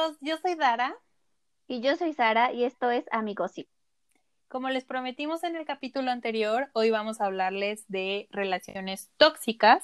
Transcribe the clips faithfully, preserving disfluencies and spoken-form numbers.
todos, yo soy Dara. Y yo soy Sara y esto es Amigosip. Como les prometimos en el capítulo anterior, hoy vamos a hablarles de relaciones tóxicas.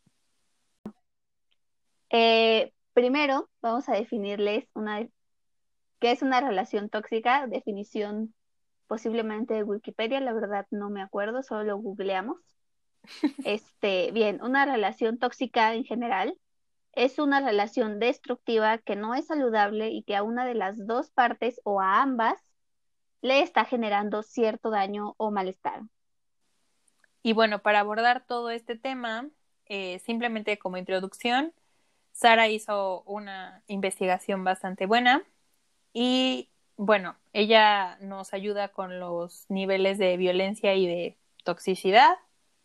Eh, primero vamos a definirles una, qué es una relación tóxica, definición posiblemente de Wikipedia, la verdad no me acuerdo, solo lo googleamos. Este, bien, una relación tóxica en general es una relación destructiva que no es saludable y que a una de las dos partes o a ambas le está generando cierto daño o malestar. Y bueno, para abordar todo este tema, eh, simplemente como introducción, Sara hizo una investigación bastante buena y bueno, ella nos ayuda con los niveles de violencia y de toxicidad.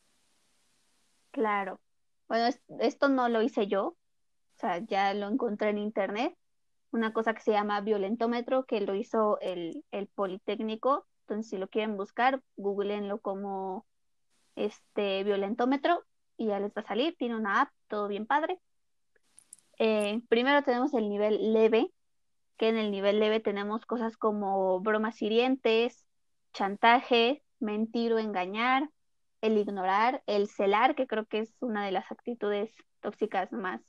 Claro. Bueno, es- esto no lo hice yo, o sea, ya lo encontré en internet, una cosa que se llama violentómetro, que lo hizo el, el Politécnico. Entonces, si lo quieren buscar, googleenlo como este violentómetro y ya les va a salir. Tiene una app, todo bien padre. Eh, primero tenemos el nivel leve, que en el nivel leve tenemos cosas como bromas hirientes, chantaje, mentir o engañar, el ignorar, el celar, que creo que es una de las actitudes tóxicas más,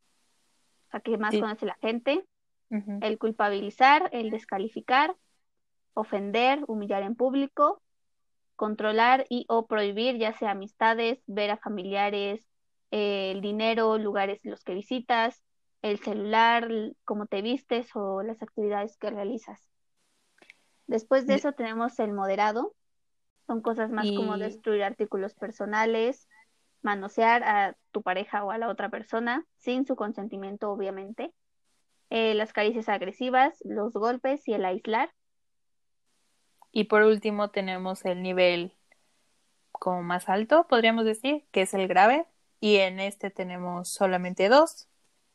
o sea, que más Sí. conoce la gente, Ujú. el culpabilizar, el descalificar, ofender, humillar en público, controlar y o prohibir ya sea amistades, ver a familiares, eh, el dinero, lugares en los que visitas, el celular, l- cómo te vistes o las actividades que realizas. Después de Y, eso tenemos el moderado, son cosas más como y destruir artículos personales, manosear a tu pareja o a la otra persona sin su consentimiento, obviamente, eh, las caricias agresivas, los golpes y el aislar. Y por último tenemos el nivel como más alto, podríamos decir, que es el grave. Y en este tenemos solamente dos,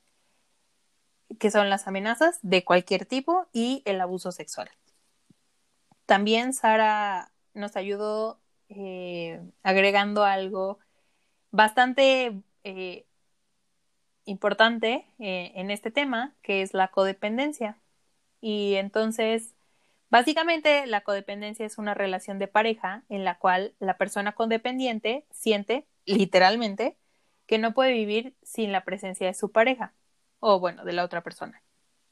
que son las amenazas de cualquier tipo y el abuso sexual. También Sara nos ayudó eh, agregando algo bastante eh, importante eh, en este tema, que es la codependencia. Y entonces, básicamente, la codependencia es una relación de pareja en la cual la persona codependiente siente, literalmente, que no puede vivir sin la presencia de su pareja, o bueno, de la otra persona,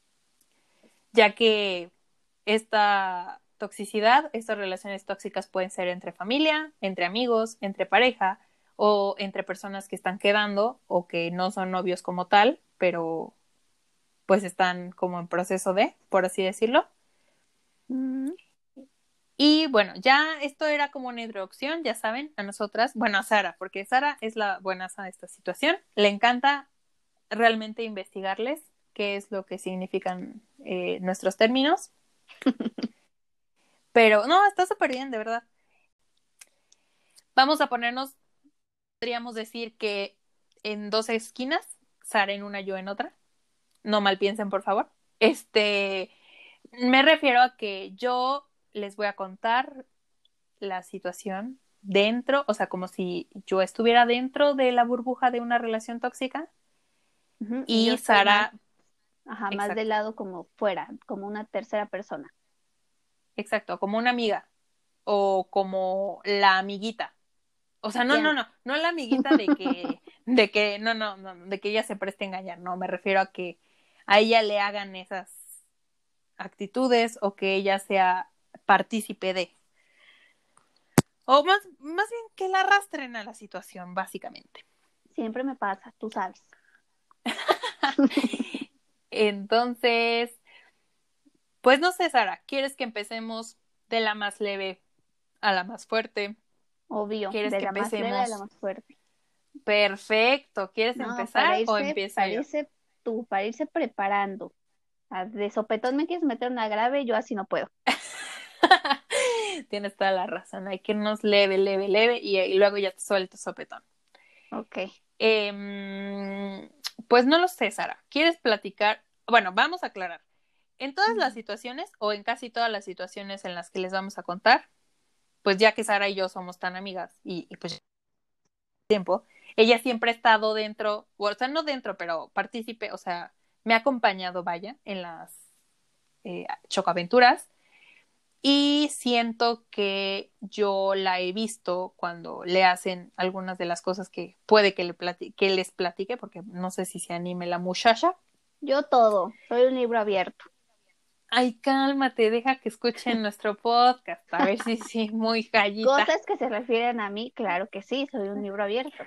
ya que esta toxicidad, estas relaciones tóxicas pueden ser entre familia, entre amigos, entre pareja, o entre personas que están quedando o que no son novios como tal, pero pues están como en proceso de, por así decirlo. Mm, Y bueno, ya esto era como una introducción, ya saben, a nosotras, bueno, a Sara, porque Sara es la buenaza de esta situación. Le encanta realmente investigarles qué es lo que significan eh, nuestros términos, pero no, está súper bien, de verdad. Vamos a ponernos, podríamos decir que en dos esquinas, Sara en una, yo en otra. No mal piensen, por favor. Este, me refiero a que yo les voy a contar la situación dentro, o sea, como si yo estuviera dentro de la burbuja de una relación tóxica ujú. Y yo y estoy más, Sara, ajá, más del exacto, lado como fuera, como una tercera persona. exacto, como una amiga o como la amiguita. O sea, no, Bien. no, no, no la amiguita de que, de que, no, no, no, de que ella se preste a engañar, no, me refiero a que a ella le hagan esas actitudes o que ella sea partícipe de, o más, más bien que la arrastren a la situación, básicamente. Siempre me pasa, tú sabes. Entonces, pues no sé, Sara, ¿quieres que empecemos de la más leve a la más fuerte? Obvio, ¿Quieres de que la más leve a la empecemos? más fuerte. Perfecto. ¿Quieres No, para empezar o irse, empiezo para yo? irse tú, para irse preparando. Ah, de sopetón me quieres meter una grave, yo así no puedo. Tienes toda la razón. Hay que irnos leve, leve, leve y, y luego ya te suelto sopetón. Ok. Eh, pues no lo sé, Sara. ¿Quieres platicar? Bueno, vamos a aclarar. En todas las Mm. situaciones o en casi todas las situaciones en las que les vamos a contar, pues ya que Sara y yo somos tan amigas y, y pues tiempo, ella siempre ha estado dentro, o sea, no dentro, pero partícipe, o sea, me ha acompañado, vaya, en las eh, chocaventuras. Y siento que yo la he visto cuando le hacen algunas de las cosas que puede que, le plati- que les platique, porque no sé si se anime la muchacha. Yo todo, soy un libro abierto. Ay, cálmate, deja que escuchen nuestro podcast, a ver si sí, muy gallita. Cosas que se refieren a mí, claro que sí, soy un libro abierto.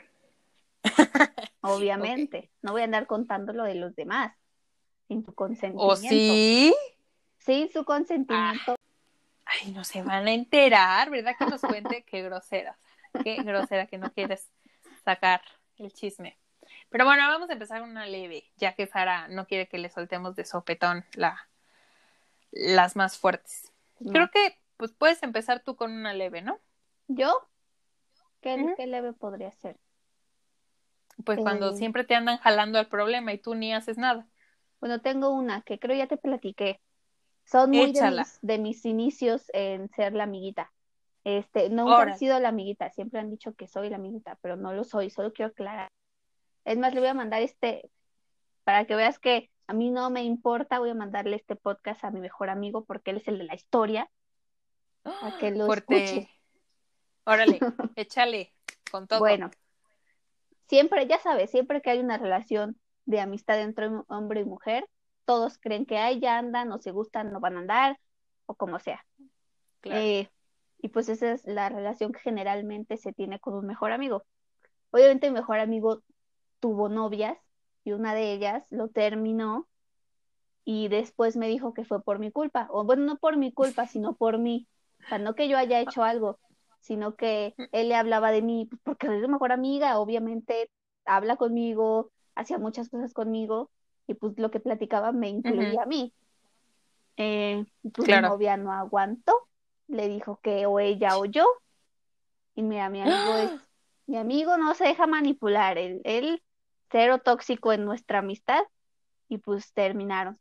Ok. Obviamente, no voy a andar contando lo de los demás, sin su ¿O consentimiento. sí? Sin su Ah, consentimiento. ay, no se van a enterar, ¿verdad? Que nos cuente qué grosera, qué grosera que no quieres sacar el chisme. Pero bueno, vamos a empezar una leve, ya que Sara no quiere que le soltemos de sopetón la, las más fuertes. Creo No. que pues puedes empezar tú con una leve, ¿no? ¿Yo? ¿Qué, Ujú. qué leve podría ser? Pues cuando Eh, siempre te andan jalando al problema y tú ni haces nada. bueno, tengo una que creo ya te platiqué. Son muy de Échala. mis, de mis inicios en ser la amiguita. Este, nunca he Órale. sido la amiguita, siempre han dicho que soy la amiguita, pero no lo soy, solo quiero aclarar. Es más, le voy a mandar este, para que veas que a mí no me importa, voy a mandarle este podcast a mi mejor amigo porque él es el de la historia, para que lo Fuerte. escuche. Órale, échale con todo. Bueno, siempre, ya sabes, siempre que hay una relación de amistad entre un hombre y mujer, todos creen que ay, ya andan o se gustan, no van a andar, o como sea. Claro. Eh, y pues esa es la relación que generalmente se tiene con un mejor amigo. Obviamente mi mejor amigo tuvo novias y una de ellas lo terminó y después me dijo que fue por mi culpa, o bueno, no por mi culpa, sino por mí. O sea, no que yo haya hecho algo, sino que él le hablaba de mí, pues porque soy su mejor amiga, obviamente habla conmigo, hacía muchas cosas conmigo y pues lo que platicaba me Ujú, incluía a mí. Eh, pues mi claro. novia no aguantó, le dijo que o ella o yo, y mira, mi amigo es, mi amigo no se deja manipular, él, él cero tóxico en nuestra amistad y pues terminaron.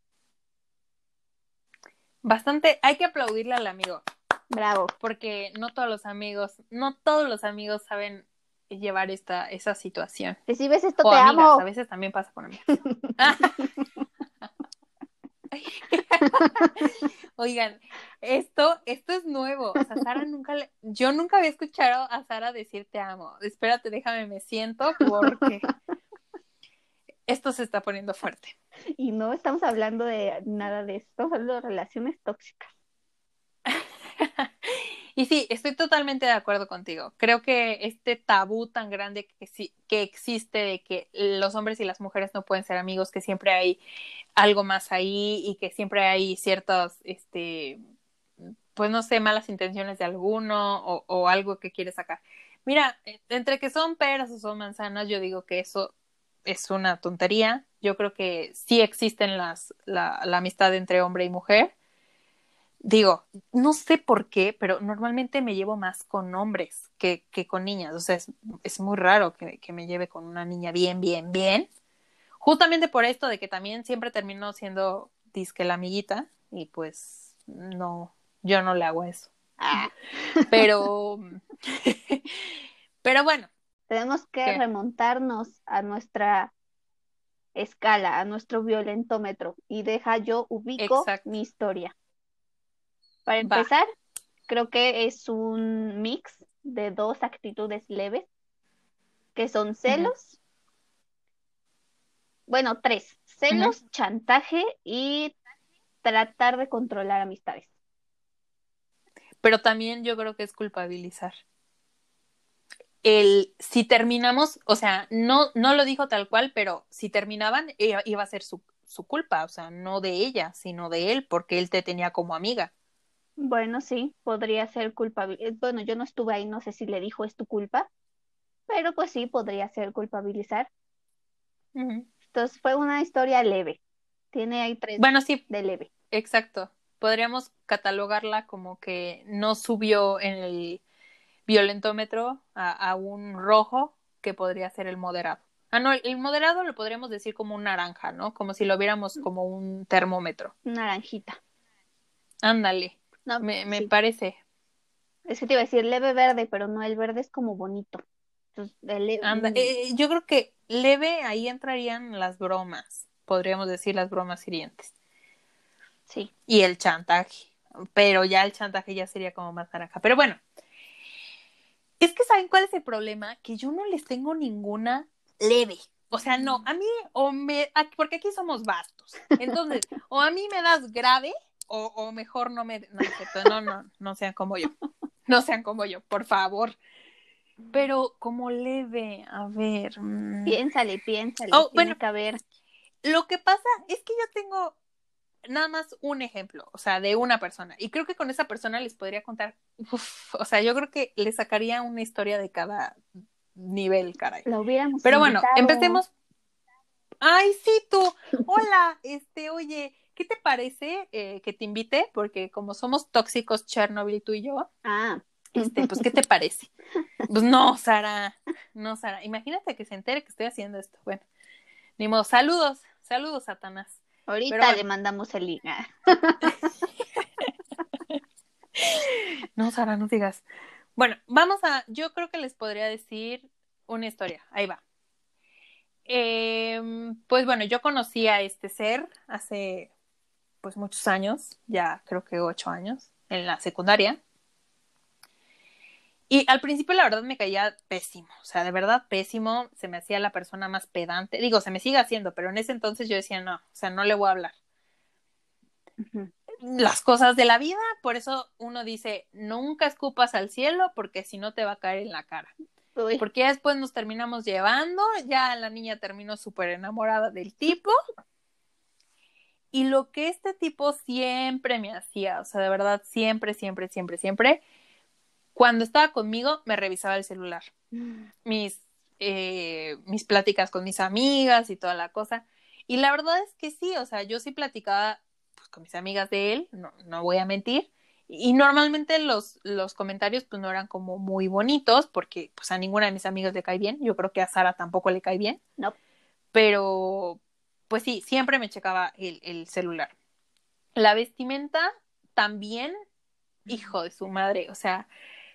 Bastante, hay que aplaudirle al amigo, Bravo. porque no todos los amigos, no todos los amigos saben llevar esta, esa situación. Que si ves esto, O te amigas, a amo. veces también pasa con amigas. Oigan, esto, esto es nuevo. O sea, Sara nunca le, yo nunca había escuchado a Sara decir te amo. Espérate, déjame, me siento porque esto se está poniendo fuerte. Y no estamos hablando de nada de esto, estamos hablando de relaciones tóxicas. Y sí, estoy totalmente de acuerdo contigo. Creo que este tabú tan grande que, sí, que existe de que los hombres y las mujeres no pueden ser amigos, que siempre hay algo más ahí y que siempre hay ciertas, este, pues no sé, malas intenciones de alguno o, o algo que quiere sacar. Mira, entre que son peras o son manzanas, yo digo que eso es una tontería. Yo creo que sí existen las, la, la amistad entre hombre y mujer. Digo, no sé por qué, pero normalmente me llevo más con hombres que, que con niñas. O sea, es, es muy raro que, que, me lleve con una niña bien, bien, bien. Justamente por esto de que también siempre termino siendo disque la amiguita y pues no, yo no le hago eso. Ah. Pero, pero bueno, Tenemos que ¿qué? remontarnos a nuestra escala, a nuestro violentómetro. Y deja yo ubico Exacto. mi historia. Para Va. empezar, creo que es un mix de dos actitudes leves, que son Uh-huh. celos, bueno, tres, Uh-huh. celos, chantaje y tratar de controlar amistades. Pero también yo creo que es culpabilizar. El, si terminamos, o sea, no, no lo dijo tal cual, pero si terminaban, iba, iba a ser su, su culpa, o sea, no de ella, sino de él, porque él te tenía como amiga. Bueno, sí, podría ser culpabilizar. Bueno, yo no estuve ahí, no sé si le dijo es tu culpa, pero pues sí, podría ser culpabilizar. Uh-huh. Entonces fue una historia leve. Tiene ahí tres Bueno, sí, de leve. exacto. Podríamos catalogarla como que no subió en el violentómetro a, a un rojo, que podría ser el moderado. Ah, no, el, el moderado lo podríamos decir como un naranja, ¿no? Como si lo viéramos como un termómetro. Naranjita. Ándale, No, me, me sí. parece. Es que te iba a decir leve verde, pero no, el verde es como bonito. Entonces, el le- Anda, mm, eh, yo creo que leve ahí entrarían las bromas. podríamos decir las bromas hirientes. Sí. Y el chantaje. Pero ya el chantaje ya sería como más naranja. Pero bueno, es que ¿saben cuál es el problema? Que yo no les tengo ninguna leve. O sea, no, a mí, o me, porque aquí somos vastos. Entonces, o a mí me das grave, o, o mejor no me, no, cierto, no, no, no sean como yo. No sean como yo, por favor. Pero como leve, a ver. Mmm... Piénsale, piénsale, oh, tiene bueno, que haber. Lo que pasa es que yo tengo nada más un ejemplo, o sea, de una persona. Y creo que con esa persona les podría contar, uf, o sea, yo creo que les sacaría una historia de cada nivel, caray. La hubiéramos Pero bueno, invitado. empecemos. Ay, sí, tú. Hola, este, oye, ¿qué te parece eh, que te invite? Porque como somos tóxicos Chernobyl, tú y yo. Ah. Este, pues, ¿qué te parece? Pues no, Sara, no, Sara. Imagínate que se entere que estoy haciendo esto. Bueno, ni modo. Saludos, saludos, Satanás. Ahorita Pero bueno. le mandamos el link. No, Sara, no digas. Bueno, vamos a, yo creo que les podría decir una historia. Ahí va. Eh, pues bueno, yo conocí a este ser hace pues muchos años, ya creo que ocho años, en la secundaria. Y al principio la verdad me caía pésimo, o sea, de verdad pésimo, se me hacía la persona más pedante. Digo, se me sigue haciendo, pero en ese entonces yo decía, no, o sea, no le voy a hablar. Uh-huh. Las cosas de la vida, por eso uno dice, nunca escupas al cielo porque si no te va a caer en la cara. Uy. Porque ya después nos terminamos llevando, ya la niña terminó súper enamorada del tipo. Y lo que este tipo siempre me hacía, o sea, de verdad, siempre, siempre, siempre, siempre, cuando estaba conmigo me revisaba el celular. Mm. Mis, eh, mis pláticas con mis amigas y toda la cosa. Y la verdad es que sí, o sea, yo sí platicaba pues, con mis amigas de él, no, no voy a mentir. Y normalmente los, los comentarios pues no eran como muy bonitos porque pues a ninguna de mis amigas le cae bien. Yo creo que a Sara tampoco le cae bien. No. Pero pues sí, siempre me checaba el, el celular. La vestimenta también, hijo de su madre, o sea,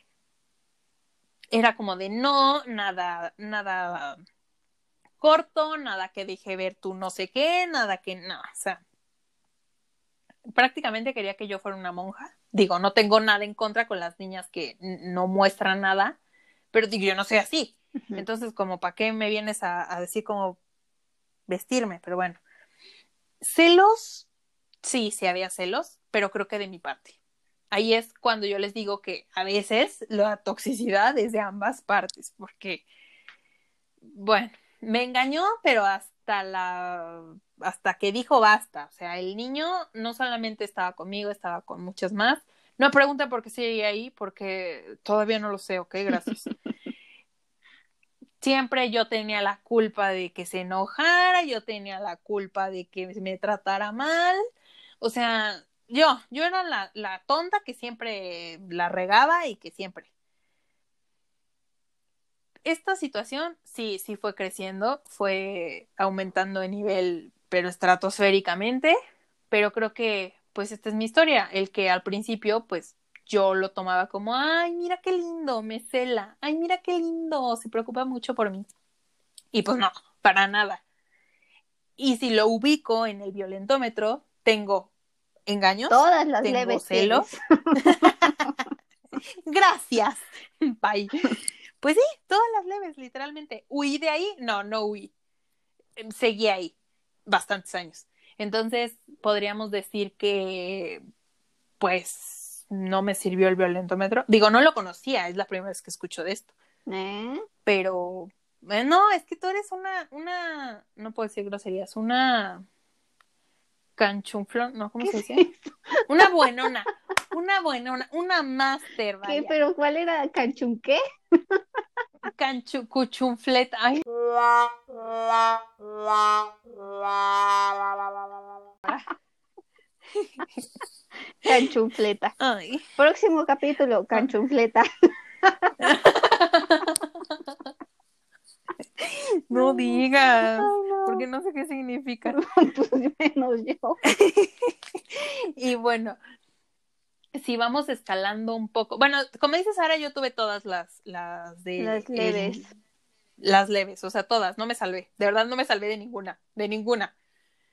era como de no, nada, nada corto, nada que deje ver tú no sé qué, nada que no, o sea, prácticamente quería que yo fuera una monja. Digo, no tengo nada en contra con las niñas que no muestran nada, pero digo, yo no soy así. Uh-huh. Entonces, como, ¿para qué me vienes a, a decir cómo vestirme? Pero bueno. Celos, sí, sí había celos, pero creo que de mi parte. Ahí es cuando yo les digo que a veces la toxicidad es de ambas partes, porque, bueno, me engañó, pero hasta la, hasta que dijo basta. O sea, el niño no solamente estaba conmigo, estaba con muchas más. No pregunta por qué sigue ahí, porque todavía no lo sé, ok, gracias. Siempre yo tenía la culpa de que se enojara, yo tenía la culpa de que me tratara mal. O sea, yo, yo era la, la tonta que siempre la regaba y que siempre. Esta situación sí, sí fue creciendo, fue aumentando de nivel, pero estratosféricamente. Pero creo que, pues, esta es mi historia. El que al principio, pues, yo lo tomaba como, ay, mira qué lindo, me cela. Ay, mira qué lindo, se preocupa mucho por mí. Y pues no, para nada. Y si lo ubico en el violentómetro, tengo engaños, todas las tengo leves celos. Gracias. Bye. Pues sí, todas las leves, literalmente. ¿Huí de ahí? No, no huí. Seguí ahí bastantes años. Entonces, podríamos decir que, pues, no me sirvió el violentómetro. Digo, no lo conocía, es la primera vez que escucho de esto. ¿Eh? Pero... No, es que tú eres una, una, no puedo decir groserías, una canchunflón, ¿no? ¿Cómo se dice? Es una buenona, una buenona, una máster, vaya. ¿Qué? ¿Pero cuál era? ¿Canchun qué? Canchu, cuchunfleta, ay. Canchunfleta. Ay. Próximo capítulo, canchunfleta. No digas, ay, no. Porque no sé qué significa. Pues menos yo. Y bueno, si vamos escalando un poco, bueno, como dices Sara, yo tuve todas las, las de las leves. El, las leves, o sea, todas, no me salvé, de verdad no me salvé de ninguna, de ninguna.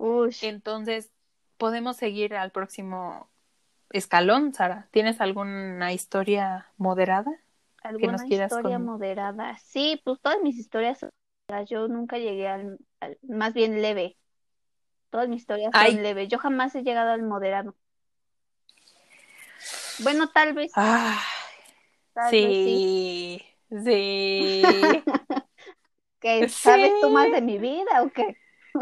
Ush, Entonces, podemos seguir al próximo escalón, Sara. ¿Tienes alguna historia moderada que nos ¿alguna quieras historia con? moderada? Sí, pues todas mis historias son moderadas. Yo nunca llegué al, al- más bien leve. Todas mis historias son Ay, leves. Yo jamás he llegado al moderado. Bueno, tal vez sí, ah, tal vez sí. sí, sí, ¿Qué? ¿Sabes tú más sí. de mi vida o qué?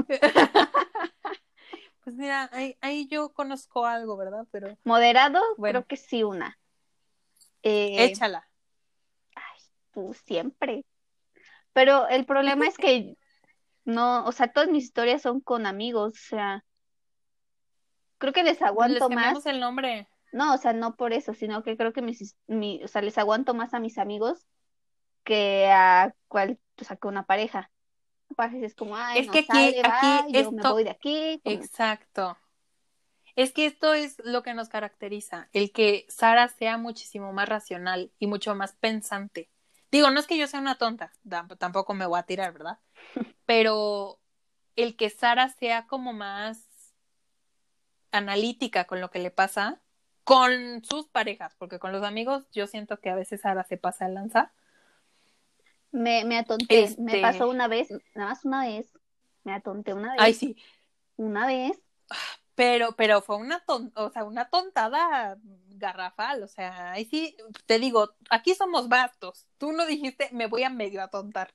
Pues mira, ahí, ahí yo conozco algo, ¿verdad? Pero Moderado, creo bueno, que sí una. Eh, échala. ay, tú siempre. Pero el problema es que no, o sea, todas mis historias son con amigos, o sea, creo que les Pues les aguanto cambiamos más. el nombre. No, o sea, no por eso, sino que creo que mis, his- mi, o sea, les aguanto más a mis amigos que a cual, o sea, que una pareja. Una pareja es como, ay, Es no que aquí, sale, va, aquí yo me esto, voy de aquí, como, exacto. Es que esto es lo que nos caracteriza, el que Sara sea muchísimo más racional y mucho más pensante. Digo, no es que yo sea una tonta, tam- tampoco me voy a tirar, ¿verdad? Pero el que Sara sea como más analítica con lo que le pasa, con sus parejas, porque con los amigos yo siento que a veces Sara se pasa de lanza. me, me atonté. Me Este, pasó una vez, nada más una vez, me atonté una ay vez, sí, una vez. pero, pero fue una ton, o sea, una tontada garrafal, o sea, ahí sí, te digo, aquí somos bastos. Tú no dijiste, me voy a medio atontar.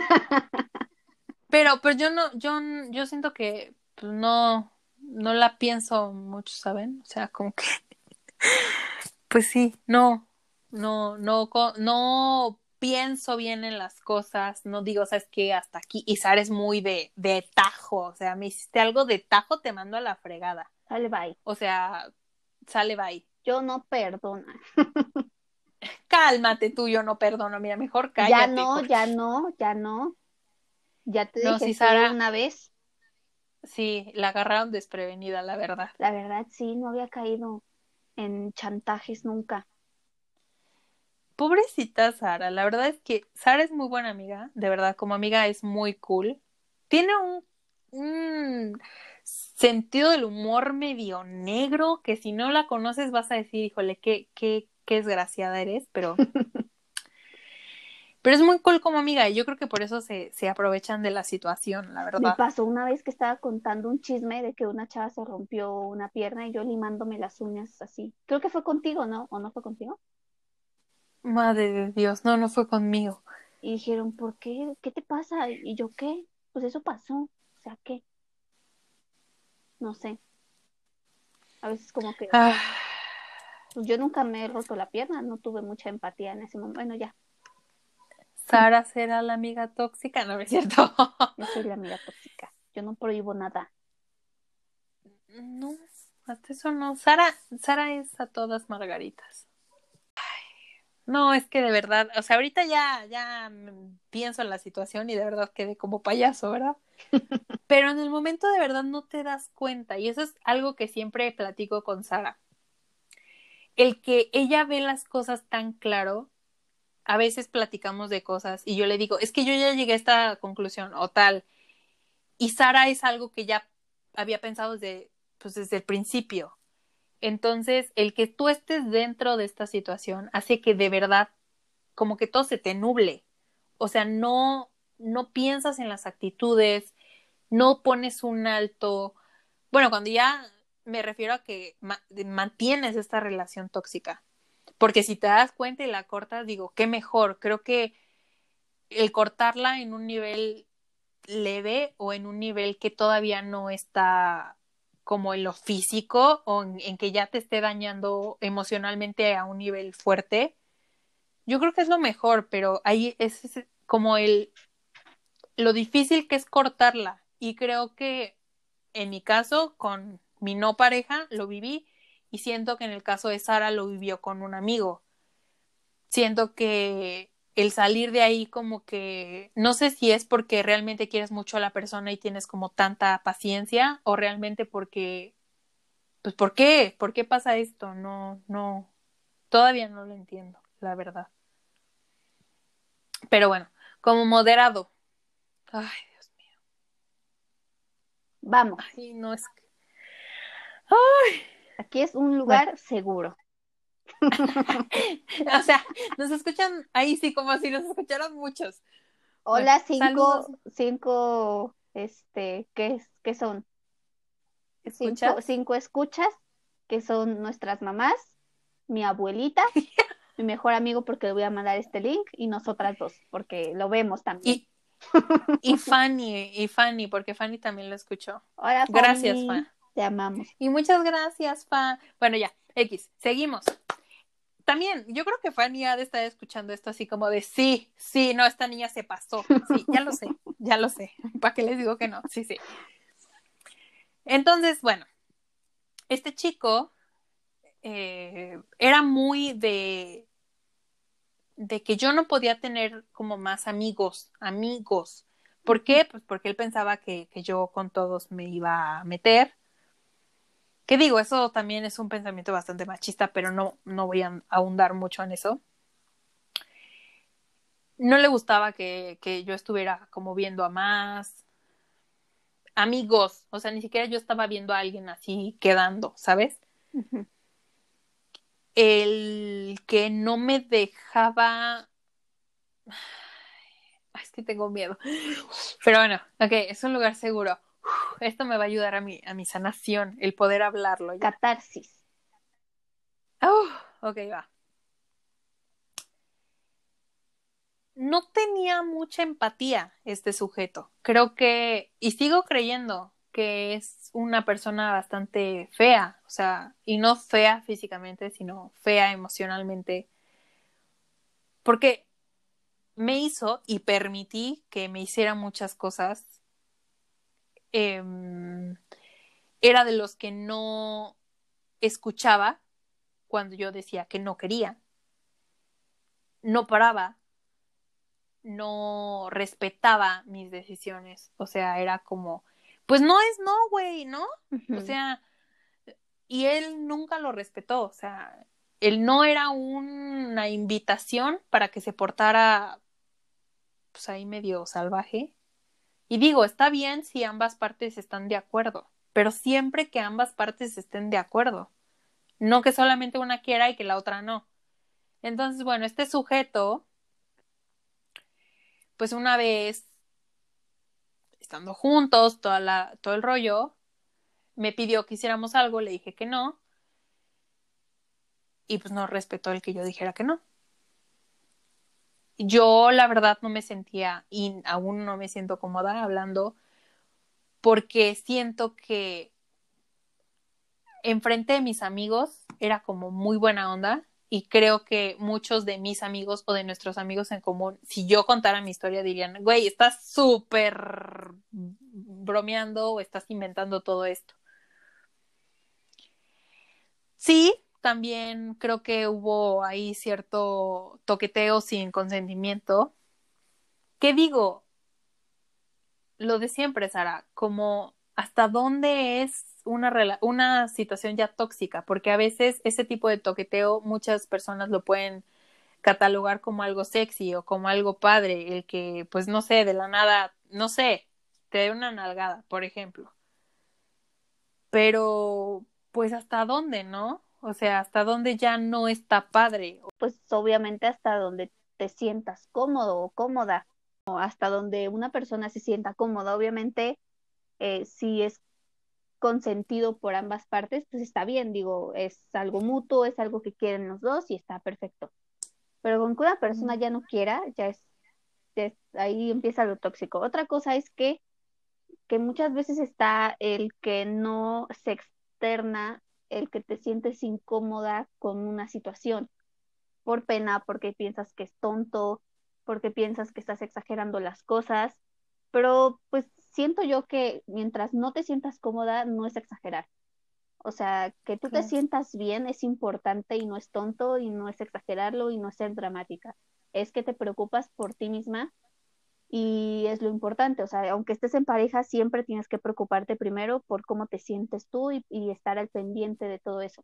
Pero, pero yo no, yo, yo siento que pues, no, no la pienso mucho, ¿saben? O sea, como que, pues sí, no, no, no, co- no pienso bien en las cosas, no digo, sabes que hasta aquí, y Sara es muy de, de tajo, o sea, me hiciste algo de tajo, te mando a la fregada. Sale, bye. O sea, sale bye. Yo no perdona. Cálmate tú, yo no perdono, mira, mejor Ya cállate, no, porque ya no, ya no. Ya te no, dejé si feo Sara, una vez. sí, la agarraron desprevenida, la verdad. La verdad, sí, no había caído en chantajes nunca. Pobrecita Sara, la verdad es que Sara es muy buena amiga, de verdad, como amiga es muy cool. Tiene un, un sentido del humor medio negro que si no la conoces vas a decir, híjole, qué, qué, qué desgraciada eres, pero, pero es muy cool como amiga y yo creo que por eso se, se aprovechan de la situación, la Me verdad. pasó una vez que estaba contando un chisme de que una chava se rompió una pierna y yo limándome las uñas así. Creo que fue contigo, ¿no? ¿O no fue contigo? Madre de Dios, no, no fue conmigo. Y dijeron, ¿por qué? ¿Qué te pasa? Y yo, ¿qué? Pues eso pasó. O sea, ¿qué? No sé. A veces como que, Ah, pues yo nunca me he roto la pierna, no tuve mucha empatía en ese momento. Bueno, ya, Sara será la amiga tóxica, no, no es cierto. yo soy la amiga tóxica. Yo no prohíbo nada. No, hasta eso no. Sara, Sara es a todas margaritas. No, es que de verdad, o sea, ahorita ya, ya mm, pienso en la situación y de verdad quedé como payaso, ¿verdad? Pero en el momento de verdad no te das cuenta y eso es algo que siempre platico con Sara. El que ella ve las cosas tan claro, a veces platicamos de cosas y yo le digo, es que yo ya llegué a esta conclusión o tal. Y Sara es algo que ya había pensado desde, pues desde el principio. Entonces, el que tú estés dentro de esta situación hace que de verdad como que todo se te nuble. O sea, no, no piensas en las actitudes, no pones un alto. Bueno, cuando ya me refiero a que ma mantienes esta relación tóxica. Porque si te das cuenta y la cortas, digo, qué mejor. Creo que el cortarla en un nivel leve o en un nivel que todavía no está como en lo físico o en, en que ya te esté dañando emocionalmente a un nivel fuerte, yo creo que es lo mejor, pero ahí es, es como el lo difícil que es cortarla y creo que en mi caso con mi no pareja lo viví y siento que en el caso de Sara lo vivió con un amigo. Siento que el salir de ahí como que no sé si es porque realmente quieres mucho a la persona y tienes como tanta paciencia o realmente porque pues ¿por qué? ¿Por qué pasa esto? No, no, todavía no lo entiendo, la verdad. Pero bueno, como moderado. Ay, Dios mío. Vamos, Ay, no es que... Ay, aquí es un bueno, lugar seguro. o sea, nos escuchan ahí sí como si nos escucharan muchos. Bueno, Hola, saludos, cinco, cinco, este, ¿qué, es- qué son? Cinco, ¿escuchas? cinco escuchas, que son nuestras mamás, mi abuelita, mi mejor amigo porque le voy a mandar este link y nosotras dos porque lo vemos también. Y, y Fanny, y Fanny, porque Fanny también lo escuchó. Hola Gracias, Fanny, Fa. te amamos. Y muchas gracias, Fa. Bueno, ya, X, seguimos. También, yo creo que Fanny ha de estar escuchando esto así como de sí, sí, no, esta niña se pasó. Sí, ya lo sé, ya lo sé. ¿Para qué les digo que no? Sí, sí. Entonces, bueno, este chico eh, era muy de, de que yo no podía tener como más amigos, amigos. ¿Por qué? Pues porque él pensaba que, que yo con todos me iba a meter. Que digo, eso también es un pensamiento bastante machista, pero no, no voy a ahondar mucho en eso. No le gustaba que, que yo estuviera como viendo a más amigos, o sea, ni siquiera yo estaba viendo a alguien así quedando, ¿sabes? Ujú. El que no me dejaba... Ay, es que tengo miedo. Pero bueno, ok, es un lugar seguro. Esto me va a ayudar a mi, a mi sanación, el poder hablarlo ya. Catarsis. Uh, ok, va. No tenía mucha empatía este sujeto. Creo que, y sigo creyendo que es una persona bastante fea, o sea, y no fea físicamente, sino fea emocionalmente, porque me hizo y permití que me hiciera muchas cosas. Eh, era de los que no escuchaba cuando yo decía que no quería, no paraba, no respetaba mis decisiones, o sea, era como, pues no es no, güey, ¿no? O Ujú. sea, y él nunca lo respetó, o sea, él no era una invitación para que se portara, pues ahí medio salvaje. Y digo, está bien si ambas partes están de acuerdo, pero siempre que ambas partes estén de acuerdo, no que solamente una quiera y que la otra no. Entonces, bueno, este sujeto, pues una vez estando juntos, toda la, todo el rollo, me pidió que hiciéramos algo, le dije que no, y pues no respetó el que yo dijera que no. Yo la verdad no me sentía y aún no me siento cómoda hablando porque siento que enfrente de mis amigos era como muy buena onda y creo que muchos de mis amigos o de nuestros amigos en común, si yo contara mi historia dirían, güey, estás súper bromeando o estás inventando todo esto. Sí, también creo que hubo ahí cierto toqueteo sin consentimiento. ¿Qué digo? Lo de siempre, Sara, como hasta dónde es una, rela- una situación ya tóxica, porque a veces ese tipo de toqueteo muchas personas lo pueden catalogar como algo sexy o como algo padre, el que, pues no sé, de la nada, no sé, te dé una nalgada, por ejemplo. Pero, pues hasta dónde, ¿no? O sea, hasta dónde ya no está padre. Pues obviamente hasta donde te sientas cómodo o cómoda, o hasta donde una persona se sienta cómoda, obviamente eh, si es consentido por ambas partes, pues está bien, digo, es algo mutuo, es algo que quieren los dos y está perfecto. Pero con que una persona ya no quiera, ya es, ya es- ahí empieza lo tóxico. Otra cosa es que, que muchas veces está el que no se externa, el que te sientes incómoda con una situación, por pena, porque piensas que es tonto, porque piensas que estás exagerando las cosas, pero pues siento yo que mientras no te sientas cómoda, no es exagerar. O sea, que tú te Claro. sientas bien es importante y no es tonto y no es exagerarlo y no es ser dramática. Es que te preocupas por ti misma y es lo importante. O sea, aunque estés en pareja, siempre tienes que preocuparte primero por cómo te sientes tú y, y estar al pendiente de todo eso.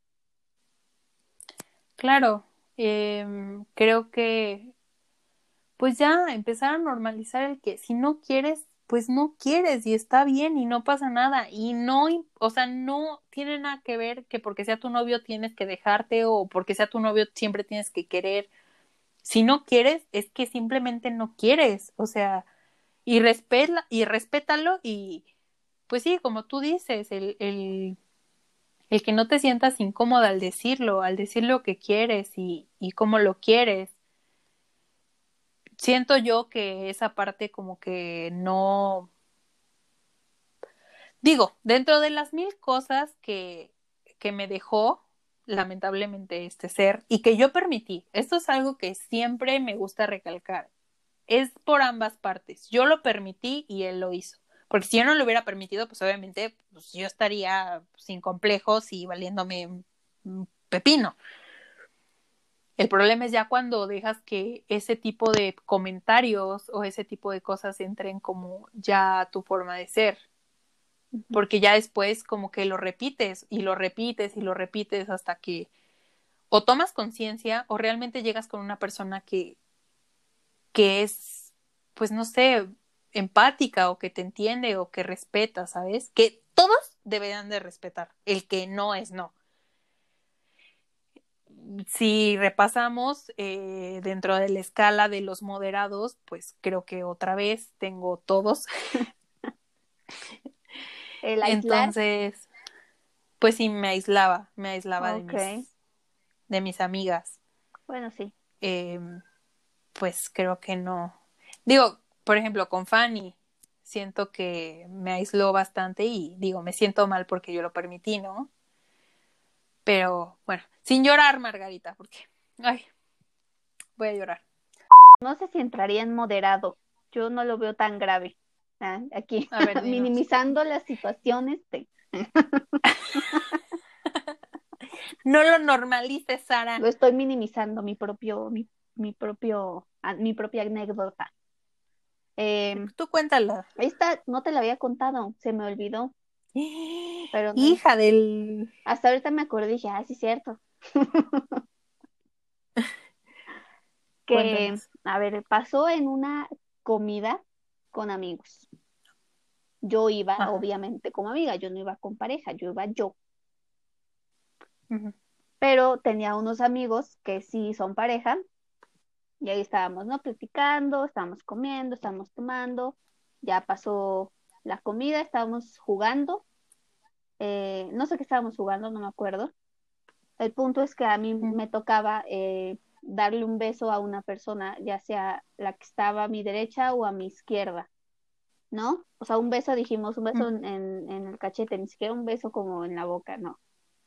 Claro, em, creo que pues ya empezar a normalizar el que si no quieres, pues no quieres y está bien y no pasa nada y no, o sea, no tiene nada que ver que porque sea tu novio tienes que dejarte o porque sea tu novio siempre tienes que querer. Si no quieres, es que simplemente no quieres, o sea, y respeta, y respétalo y pues sí, como tú dices, el, el, el que no te sientas incómoda al decirlo, al decir lo que quieres y, y cómo lo quieres. Siento yo que esa parte como que no, digo, dentro de las mil cosas que, que me dejó, lamentablemente, este ser, y que yo permití, esto es algo que siempre me gusta recalcar, es por ambas partes. Yo lo permití y él lo hizo. Porque si yo no lo hubiera permitido, pues obviamente pues yo estaría sin complejos y valiéndome un pepino. El problema es ya cuando dejas que ese tipo de comentarios o ese tipo de cosas entren como ya a tu forma de ser. Ujú. Porque ya después como que lo repites y lo repites y lo repites hasta que o tomas conciencia o realmente llegas con una persona que, que es, pues no sé, empática o que te entiende o que respeta, ¿sabes? Que todos deberían de respetar. El que no es no. Si repasamos eh, dentro de la escala de los moderados, pues creo que otra vez tengo todos. El aislar, Entonces, pues sí, me aislaba, me aislaba de ok, mis, de mis amigas. bueno, sí. Eh, pues creo que no. Digo, por ejemplo, con Fanny, siento que me aisló bastante y digo, me siento mal porque yo lo permití, ¿no? Pero bueno, sin llorar, Margarita, porque, ay, voy a llorar. No sé si entraría en moderado, yo no lo veo tan grave. Ah, aquí, A ver, dinos. minimizando las situaciones, de- No lo normalices, Sara. lo estoy minimizando, mi propio, mi, mi propio, ah, mi propia anécdota. Eh, Tú cuéntala. esta no te la había contado, se me olvidó, pero no, Hija del... hasta ahorita me acordé y dije, ah, sí, cierto. Que, Cuéntanos. a ver, pasó en una comida con amigos. Yo iba, Ajá. obviamente, como amiga, yo no iba con pareja, yo iba yo, Ujú, pero tenía unos amigos que sí son pareja, y ahí estábamos, ¿no? Platicando, estábamos comiendo, estábamos tomando, ya pasó la comida, estábamos jugando, eh, no sé qué estábamos jugando, no me acuerdo. El punto es que a mí ujú, me tocaba eh, darle un beso a una persona, ya sea la que estaba a mi derecha o a mi izquierda, ¿no? O sea, un beso, dijimos, un beso ujú, en, en, en el cachete, ni siquiera un beso como en la boca, no.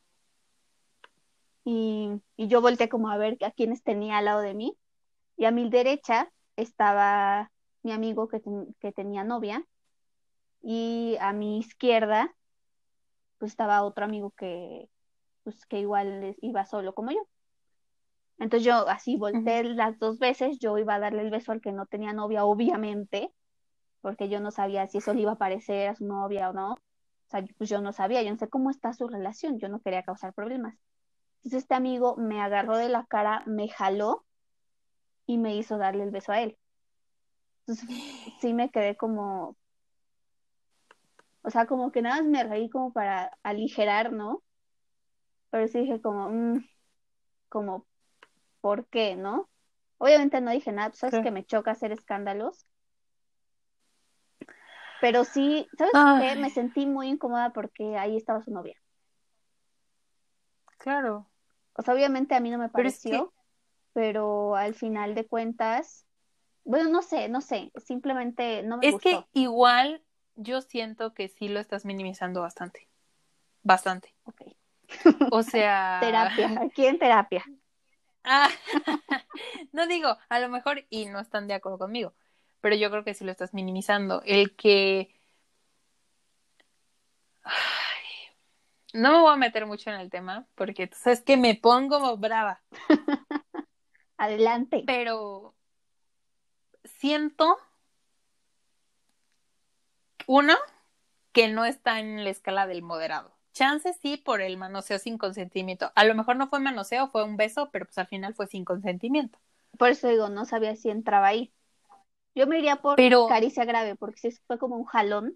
Y, y yo volteé como a ver a quiénes tenía al lado de mí, y a mi derecha estaba mi amigo que, ten- que tenía novia, y a mi izquierda pues estaba otro amigo que, pues, que igual les- iba solo como yo. Entonces yo así ujú, volteé las dos veces, yo iba a darle el beso al que no tenía novia, obviamente, porque yo no sabía si eso le iba a parecer a su novia o no. O sea, pues yo no sabía, yo no sé cómo está su relación, yo no quería causar problemas. Entonces este amigo me agarró de la cara, me jaló y me hizo darle el beso a él. Entonces sí me quedé como, o sea, como que nada más me reí como para aligerar, ¿no? Pero sí dije como, mm, como, ¿por qué, no? Obviamente no dije nada, tú sabes que claro. me choca hacer escándalos, pero sí, ¿sabes qué? Me Ay, sentí muy incómoda porque ahí estaba su novia. claro. O sea, obviamente a mí no me Pero es que, pareció, pero al final de cuentas, bueno, no sé, no sé, simplemente no me es gustó. que igual yo siento que sí lo estás minimizando bastante. Bastante. Ok. O sea, Terapia, aquí en terapia. ah, no digo, a lo mejor y no están de acuerdo conmigo, pero yo creo que sí lo estás minimizando. El que no me voy a meter mucho en el tema porque tú sabes que me pongo brava, Adelante. pero siento, uno, que no está en la escala del moderado. Chance sí por el manoseo sin consentimiento. A lo mejor no fue manoseo, fue un beso, pero pues al final fue sin consentimiento. Por eso digo, no sabía si entraba ahí. Yo me iría por Pero caricia grave, porque si fue como un jalón.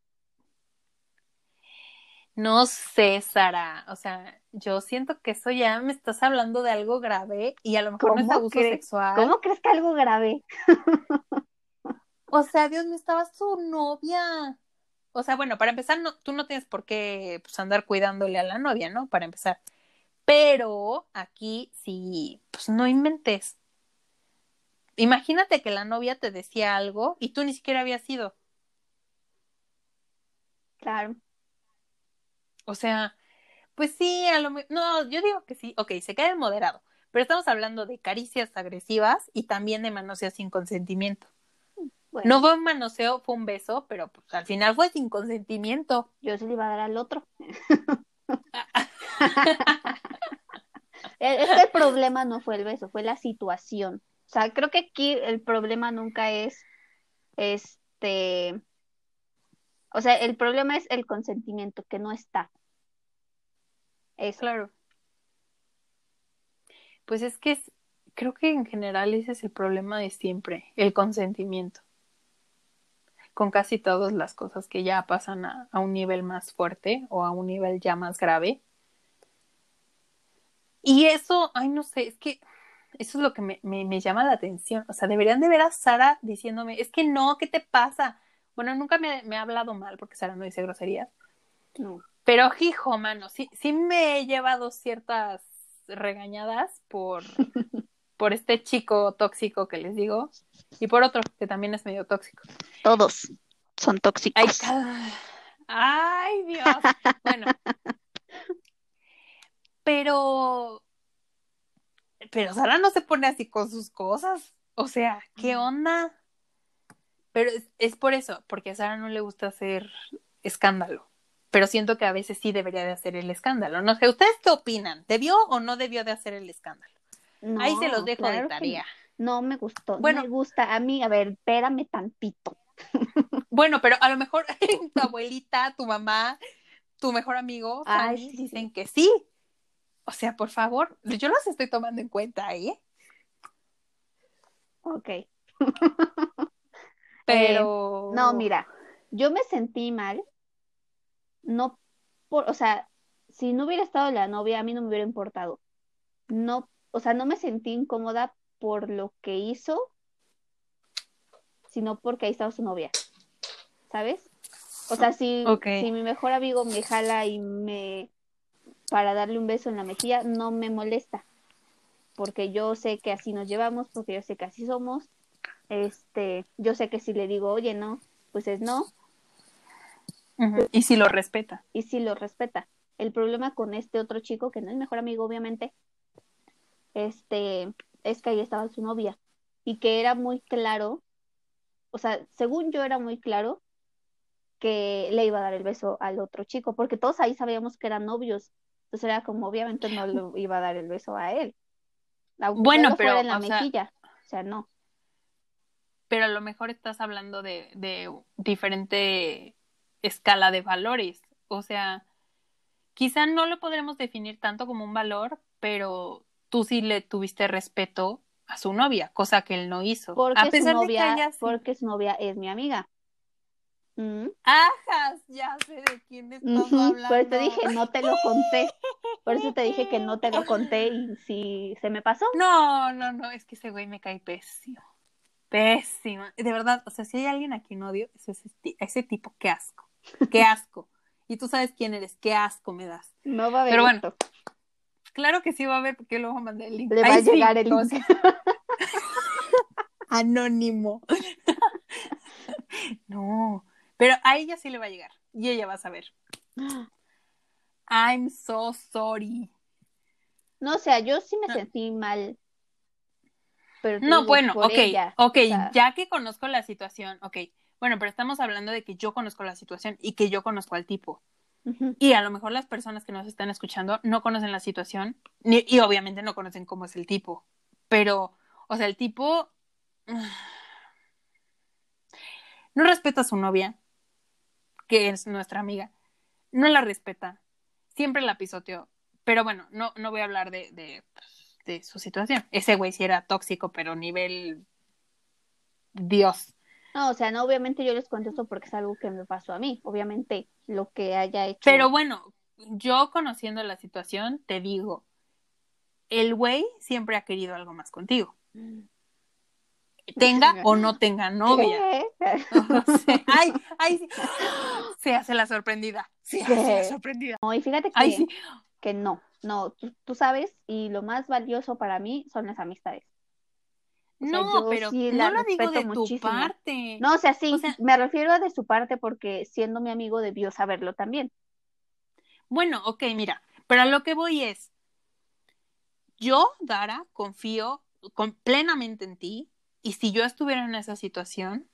no sé, Sara, o sea, yo siento que eso ya me estás hablando de algo grave y a lo mejor no es ¿Cómo abuso crees? sexual. ¿Cómo crees que algo grave? O sea, Dios mío, estaba su novia. O sea, bueno, para empezar, no, tú no tienes por qué pues, andar cuidándole a la novia, ¿no? Para empezar. Pero aquí sí, pues no inventes. Imagínate que la novia te decía algo y tú ni siquiera habías ido. Claro. O sea, pues sí, a lo mejor. No, yo digo que sí. Ok, se queda en moderado. Pero estamos hablando de caricias agresivas y también de manoseos sin consentimiento. No Bueno, fue un manoseo, fue un beso, pero pues al final fue sin consentimiento. yo se le iba a dar al otro. Es que el problema no fue el beso, fue la situación. O sea, creo que aquí el problema nunca es, este, o sea, el problema es el consentimiento que no está. Eso. Claro. Pues es que es, creo que en general ese es el problema de siempre, el consentimiento, con casi todas las cosas que ya pasan a, a un nivel más fuerte o a un nivel ya más grave. Y eso, ay, no sé, es que eso es lo que me, me, me llama la atención. O sea, deberían de ver a Sara diciéndome, es que no, ¿qué te pasa? Bueno, nunca me, me ha hablado mal porque Sara no dice groserías. No. Pero, hijo, mano, sí, sí me he llevado ciertas regañadas por, por este chico tóxico que les digo y por otro que también es medio tóxico. Todos son Ay, tóxicos. cada... Ay, Dios. Bueno, pero, pero Sara no se pone así con sus cosas. O sea, ¿qué onda? Pero es, es por eso, porque a Sara no le gusta hacer escándalo. Pero siento que a veces sí debería de hacer el escándalo. No sé, ¿ustedes qué opinan? ¿Debió o no debió de hacer el escándalo? Ahí se los No, dejo de claro que no. tarea. No me gustó, no me Bueno, gusta. A mí, a ver, espérame tantito. bueno, pero a lo mejor tu abuelita, tu mamá, tu mejor amigo, Ay, Fanny, sí, sí. dicen que sí. O sea, por favor, yo los estoy tomando en cuenta, ¿eh? Ok. Eh, no, Pero, mira, yo me sentí mal, no por, o sea, si no hubiera estado la novia, a mí no me hubiera importado. No, o sea, no me sentí incómoda por lo que hizo, sino porque ahí estaba su novia, ¿sabes? O sea, si, ok. si mi mejor amigo me jala y me, para darle un beso en la mejilla, no me molesta, porque yo sé que así nos llevamos, porque yo sé que así somos. Este, yo sé que si le digo, oye, no, pues es no, Ujú. Y si lo respeta. y si lo respeta. El problema con este otro chico, que no es mejor amigo, obviamente, este, es que ahí estaba su novia y que era muy claro, o sea, según yo era muy claro que le iba a dar el beso al otro chico, porque todos ahí sabíamos que eran novios, entonces era como obviamente no le iba a dar el beso a él, aunque Bueno, solo fuera pero, en la o sea, mejilla, o sea, no. pero a lo mejor estás hablando de, de diferente escala de valores. O sea, quizá no lo podremos definir tanto como un valor, pero tú sí le tuviste respeto a su novia, cosa que él no hizo. A Porque su pesar de que novia, haya sido. porque su novia es mi amiga. ¿Mm? Ajas, ya sé de quién estás Ujú. Por eso te hablando. dije, no te lo conté. Por eso te dije que no te lo conté y si se me pasó. No, no, no, es que ese güey me cae pésimo. Pésimo. De verdad, o sea, si hay alguien a quien odio, es ese, ese tipo, qué asco. Qué asco. Y tú sabes quién eres, qué asco me das. No va a haber Pero bueno, esto. claro que sí va a ver porque luego mandé el link. Le va a Ahí llegar sí, el o link. sea, anónimo. No, pero a ella sí le va a llegar y ella va a saber. I'm so sorry. No, o sea, yo sí me sentí mal, pero te No, digo, bueno, por ok, ella. ok, O sea, ya que conozco la situación, ok. Bueno, pero estamos hablando de que yo conozco la situación y que yo conozco al tipo. ujú. Y a lo mejor las personas que nos están escuchando no conocen la situación ni, y obviamente no conocen cómo es el tipo. Pero, o sea, el tipo no respeta a su novia, que es nuestra amiga. No la respeta. Siempre la pisoteó. Pero bueno, no, no voy a hablar de, de, de su situación. Ese güey sí era tóxico, pero nivel Dios. No, o sea, no, obviamente yo les contesto porque es algo que me pasó a mí. Obviamente lo que haya Pero hecho. bueno, yo conociendo la situación, te digo, el güey siempre ha querido algo más contigo. Tenga o no tenga novia. ¿Qué? O sea, ay, ay, sí. Se hace la sorprendida. Se hace la ¿Qué? sorprendida. No, y fíjate Ay, que, sí. que no, no, tú, tú sabes, y lo más valioso para mí son las amistades. O sea, No, yo pero sí no la lo digo respeto de tu muchísimo. parte. No, o sea, O sí, sea, me refiero a de su parte porque siendo mi amigo debió saberlo también. bueno, ok, mira, pero a lo que voy es, yo, Dara, confío con, plenamente en ti, y si yo estuviera en esa situación,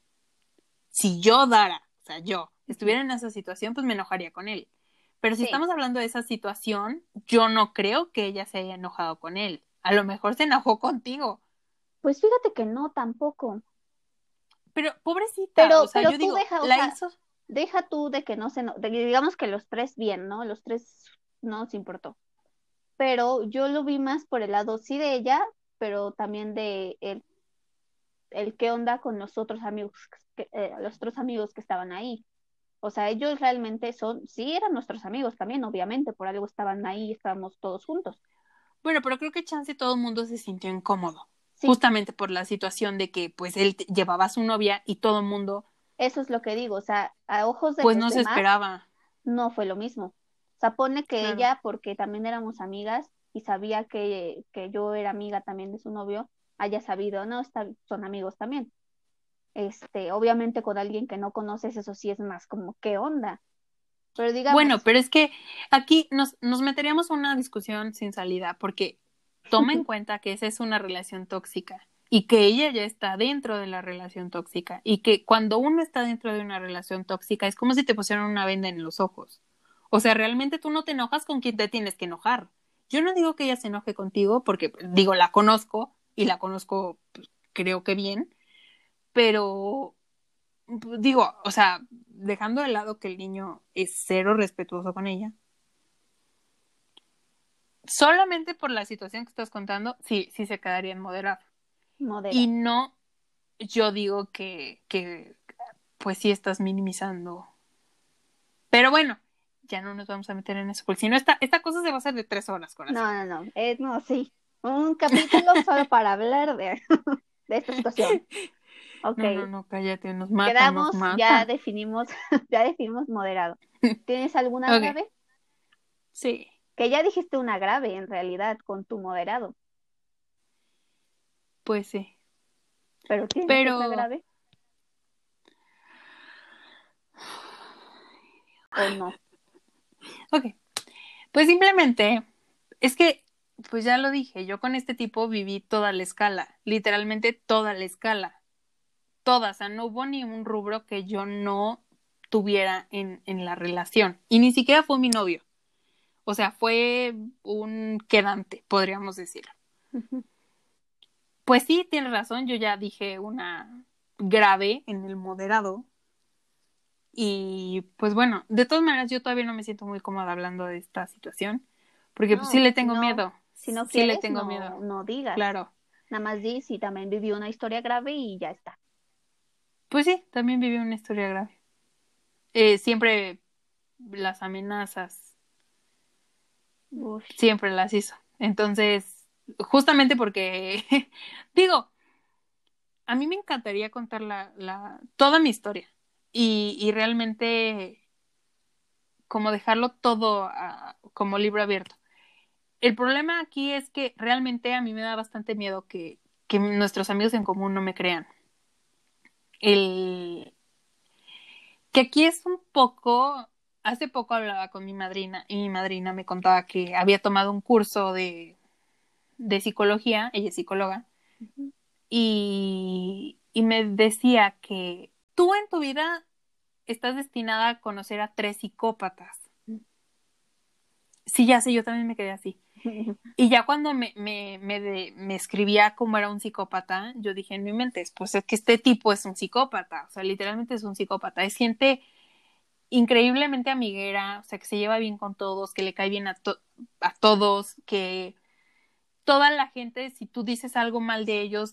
si yo, Dara, o sea, yo, Ujú. estuviera en esa situación, pues me enojaría con él. Pero si Sí, estamos hablando de esa situación, yo no creo que ella se haya enojado con él. A lo mejor se enojó contigo. pues fíjate que no tampoco. Pero pobrecita, o Pero, sea, pero yo tú digo, deja, o la sea, hizo. deja tú de que no se, no, de que digamos que los tres bien, ¿no? Los tres no nos importó. Pero yo lo vi más por el lado, sí, de ella, pero también de él, el qué onda con los otros amigos, que, eh, los otros amigos que estaban ahí. O sea, ellos realmente son, sí, eran nuestros amigos también, obviamente, por algo estaban ahí, estábamos todos juntos. Bueno, pero creo que chance todo el mundo se sintió incómodo, Sí, justamente por la situación de que pues él t- llevaba a su novia y todo el mundo eso es lo que digo, o sea, a ojos de pues los no se demás esperaba. no fue lo mismo. O sea, pone que Claro. ella, porque también éramos amigas y sabía que, que yo era amiga también de su novio, haya sabido, no, está, son amigos también. Este, obviamente con alguien que no conoces, eso sí es más como, ¿qué onda? Pero Bueno, digamos, pero es que aquí nos, nos meteríamos en una discusión sin salida, porque toma en cuenta que esa es una relación tóxica y que ella ya está dentro de la relación tóxica y que cuando uno está dentro de una relación tóxica es como si te pusieran una venda en los ojos. O sea, realmente tú no te enojas con quien te tienes que enojar. Yo no digo que ella se enoje contigo porque, digo, la conozco y la conozco, pues, creo que bien, pero digo, o sea, dejando de lado que el niño es cero respetuoso con ella, solamente por la situación que estás contando, sí, sí se quedaría en moderado. Y modera. no, yo digo que, que pues sí estás minimizando. Pero bueno, ya no nos vamos a meter en eso, porque si no, esta, esta cosa se va a hacer de tres horas, No, corazón. no, no, eh, no, sí. Un capítulo solo para hablar de, de esta situación. Ok, No, no, no, cállate, nos mata, nos quedamos, ya mata. definimos, ya definimos moderado. ¿Tienes alguna Ok, grave? sí, Que ya dijiste una grave en realidad con tu moderado, pues sí. pero ¿tienes otra Pero, grave o no? ok, pues simplemente, es que, pues ya lo dije, yo con este tipo viví toda la escala, literalmente toda la escala, toda, o sea, no hubo ni un rubro que yo no tuviera en, en la relación, y ni siquiera fue mi novio, o sea, fue un quedante, podríamos decir. Ujú. Pues sí, tienes razón, yo ya dije una grave en el moderado, y pues bueno, de todas maneras yo todavía no me siento muy cómoda hablando de esta situación, porque pues sí No, le si tengo no, miedo, si no sí le quieres, tengo miedo, no, no digas. claro. Nada más di si también vivió una historia grave y ya está. Pues sí, también viví una historia grave. Eh, siempre las amenazas, Ush. siempre las hizo. Entonces, justamente porque, digo, a mí me encantaría contar la, la, toda mi historia y, y realmente como dejarlo todo a- como libro abierto. El problema aquí es que realmente a mí me da bastante miedo que, que nuestros amigos en común no me crean. El, que aquí es un poco, hace poco hablaba con mi madrina y mi madrina me contaba que había tomado un curso de, de psicología, ella es psicóloga, Ujú. y, y me decía que tú en tu vida estás destinada a conocer a tres psicópatas. Sí, ya sé, yo también me quedé así. Y ya cuando me, me, me, de- me escribía cómo era un psicópata, yo dije, en mi mente, pues es que este tipo es un psicópata, o sea, literalmente es un psicópata, es gente increíblemente amiguera, o sea, que se lleva bien con todos, que le cae bien a, to a todos, que toda la gente, si tú dices algo mal de ellos,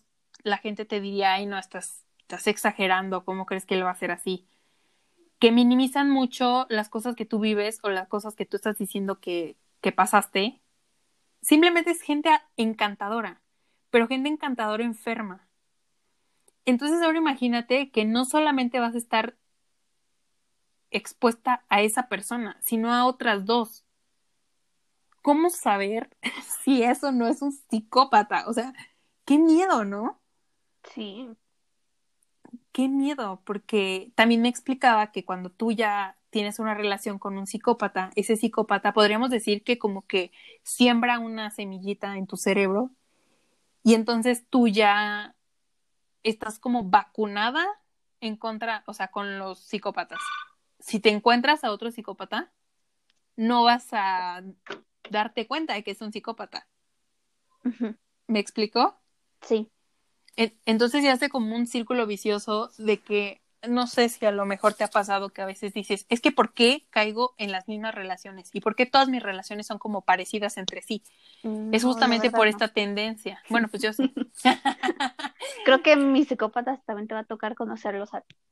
la gente te diría, ay, no, estás, estás exagerando, ¿cómo crees que lo va a hacer así? Que minimizan mucho las cosas que tú vives o las cosas que tú estás diciendo que, que pasaste. Simplemente es gente encantadora, pero gente encantadora enferma. Entonces ahora imagínate que no solamente vas a estar expuesta a esa persona, sino a otras dos. ¿Cómo saber si eso no es un psicópata? O sea, qué miedo, ¿no? Sí. Qué miedo, porque también me explicaba que cuando tú ya tienes una relación con un psicópata, ese psicópata podríamos decir que como que siembra una semillita en tu cerebro y entonces tú ya estás como vacunada en contra, o sea, con los psicópatas. Si te encuentras a otro psicópata, no vas a darte cuenta de que es un psicópata. Uh-huh. ¿Me explicó? Sí. Entonces ya hace como un círculo vicioso de que no sé si a lo mejor te ha pasado que a veces dices, es que ¿por qué caigo en las mismas relaciones? ¿Y por qué todas mis relaciones son como parecidas entre sí? Es No, la justamente verdad por no. esta tendencia. Bueno, pues yo sí. Creo que mis psicópatas también te va a tocar conocerlos a ti.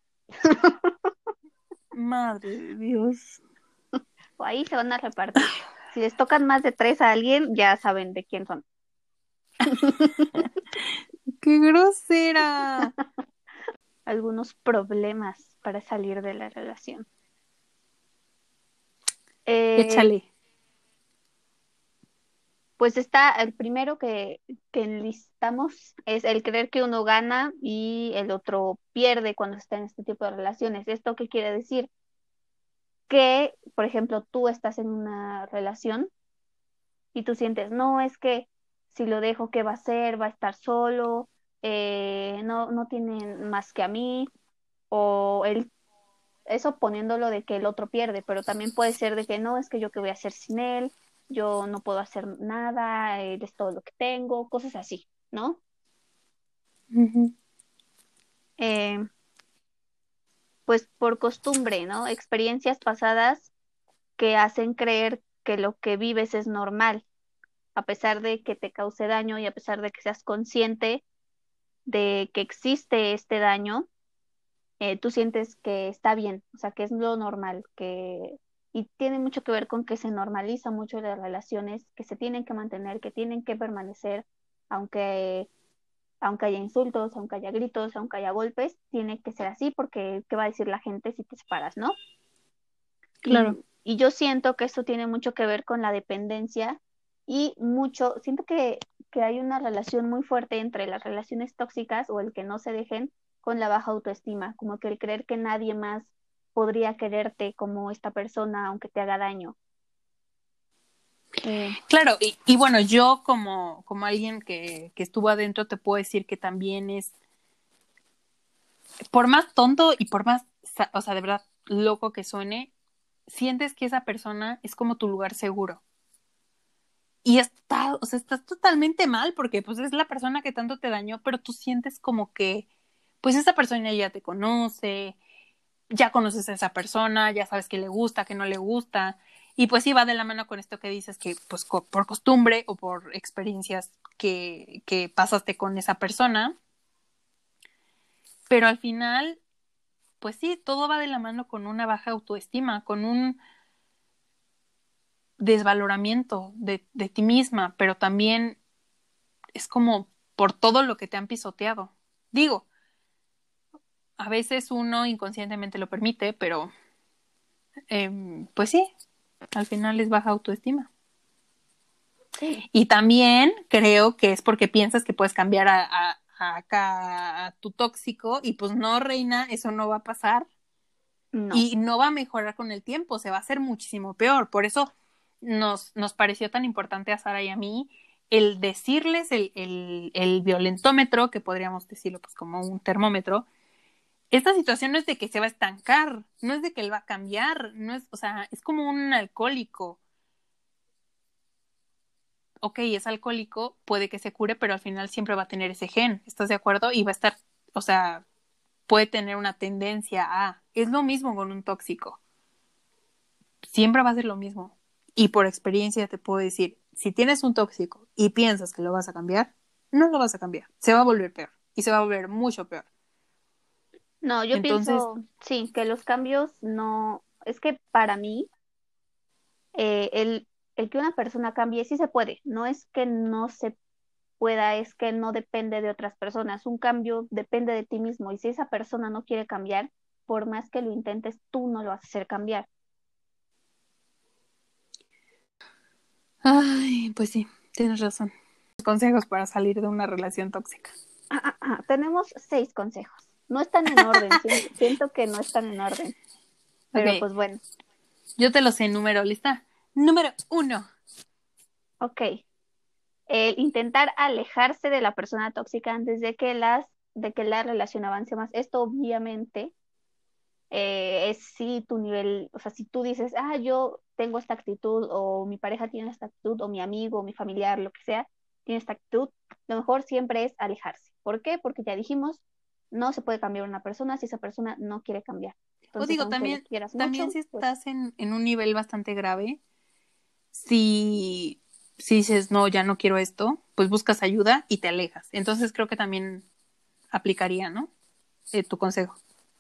Madre de Dios. O ahí se van a repartir. Si les tocan más de tres a alguien, ya saben de quién son. ¡Qué grosera! Algunos problemas para salir de la relación. Eh, Échale. pues está el primero que, que enlistamos, es el creer que uno gana y el otro pierde cuando está en este tipo de relaciones. ¿Esto qué quiere decir? Que, por ejemplo, tú estás en una relación y tú sientes, no, es que si lo dejo, ¿qué va a hacer? Va a estar solo, eh, no, no tiene más que a mí, o él, eso poniéndolo de que el otro pierde, pero también puede ser de que no, es que yo qué voy a hacer sin él, yo no puedo hacer nada, él es todo lo que tengo, cosas así, ¿no? Uh-huh. Eh, pues por costumbre, ¿no? Experiencias pasadas que hacen creer que lo que vives es normal, a pesar de que te cause daño y a pesar de que seas consciente de que existe este daño, eh, tú sientes que está bien, o sea, que es lo normal, que y tiene mucho que ver con que se normaliza mucho las relaciones, que se tienen que mantener, que tienen que permanecer, aunque aunque haya insultos, aunque haya gritos, aunque haya golpes, tiene que ser así porque ¿qué va a decir la gente si te separas, no? Claro. Y, y yo siento que esto tiene mucho que ver con la dependencia y mucho, siento que, que hay una relación muy fuerte entre las relaciones tóxicas o el que no se dejen con la baja autoestima, como que el creer que nadie más podría quererte como esta persona aunque te haga daño. Eh, Claro, y, y bueno, yo como, como alguien que, que estuvo adentro te puedo decir que también es, por más tonto y por más, o sea, de verdad loco que suene, sientes que esa persona es como tu lugar seguro. Y está, o sea, estás totalmente mal porque pues es la persona que tanto te dañó, pero tú sientes como que, pues esa persona ya te conoce, ya conoces a esa persona, ya sabes qué le gusta, qué no le gusta. Y pues sí va de la mano con esto que dices que pues co- por costumbre o por experiencias que, que pasaste con esa persona. Pero al final, pues sí, todo va de la mano con una baja autoestima, con un desvaloramiento de, de ti misma, pero también es como por todo lo que te han pisoteado. Digo, a veces uno inconscientemente lo permite, pero eh, pues sí, al final es baja autoestima. sí, Y también creo que es porque piensas que puedes cambiar a, a, a acá a tu tóxico y pues no, reina, eso no va a pasar no. y no va a mejorar con el tiempo, se va a hacer muchísimo peor. Por eso nos, nos pareció tan importante a Sara y a mí el decirles el, el, el violentómetro, que podríamos decirlo pues como un termómetro. Esta situación no es de que se va a estancar, no es de que él va a cambiar, no es, o sea, es como un alcohólico. Ok, es alcohólico, puede que se cure, pero al final siempre va a tener ese gen, ¿estás de acuerdo? Y va a estar, o sea, puede tener una tendencia a, es lo mismo con un tóxico, siempre va a ser lo mismo. Y por experiencia te puedo decir, si tienes un tóxico y piensas que lo vas a cambiar, no lo vas a cambiar, se va a volver peor. y se va a volver mucho peor. No, yo Entonces, pienso, sí, que los cambios no, es que para mí, eh, el, el que una persona cambie sí se puede, no es que no se pueda, es que no depende de otras personas, un cambio depende de ti mismo y si esa persona no quiere cambiar, por más que lo intentes, tú no lo vas a hacer cambiar. ay, pues sí, tienes razón. Consejos para salir de una relación tóxica. Ah, ah, ah, tenemos seis consejos, no están en orden, siento, siento que no están en orden, pero Ok, pues bueno, yo te los número, ¿lista? Número uno. ok. El intentar alejarse de la persona tóxica antes de que las, de que la relación avance más. Esto obviamente eh, es si tu nivel, o sea, si tú dices, ah, yo tengo esta actitud, o mi pareja tiene esta actitud, o mi amigo, o mi familiar, lo que sea, tiene esta actitud, lo mejor siempre es alejarse. ¿Por qué? Porque ya dijimos, no se puede cambiar una persona si esa persona no quiere cambiar. O Entonces, digo, aunque lo también, quieras también mucho, si pues, estás en, en un nivel bastante grave, si, si dices, no, ya no quiero esto, pues buscas ayuda y te alejas. Entonces creo que también aplicaría, ¿no? Eh, tu consejo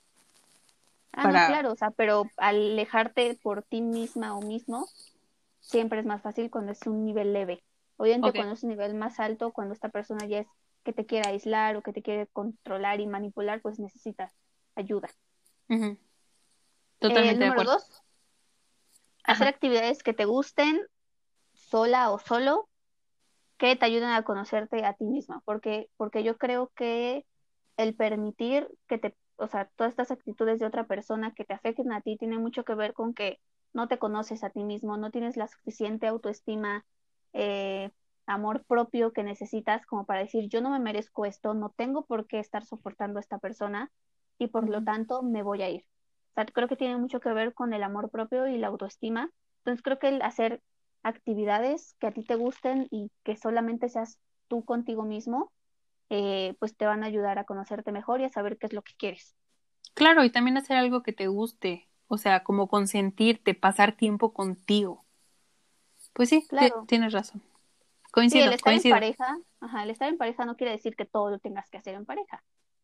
ah, no, para... claro, o sea, pero alejarte por ti misma o mismo siempre es más fácil cuando es un nivel leve. Obviamente Ok. cuando es un nivel más alto, cuando esta persona ya es que te quiere aislar o que te quiere controlar y manipular, pues necesitas ayuda. Ujú. El Totalmente de número acuerdo. dos, hacer Ajá. actividades que te gusten sola o solo, que te ayuden a conocerte a ti misma, porque, porque yo creo que el permitir que te, o sea, todas estas actitudes de otra persona que te afecten a ti tiene mucho que ver con que no te conoces a ti mismo, no tienes la suficiente autoestima, eh, amor propio que necesitas como para decir, yo no me merezco esto, no tengo por qué estar soportando a esta persona y por lo Ujú. tanto me voy a ir. O sea, creo que tiene mucho que ver con el amor propio y la autoestima. Entonces creo que el hacer actividades que a ti te gusten y que solamente seas tú contigo mismo, eh, pues te van a ayudar a conocerte mejor y a saber qué es lo que quieres. Claro, y también hacer algo que te guste, o sea, como consentirte, pasar tiempo contigo. Pues sí, ti- Claro. tienes razón. Sí, el Coincido, estar en coincido. pareja, ajá, el estar en pareja no quiere decir que todo lo tengas que hacer en pareja.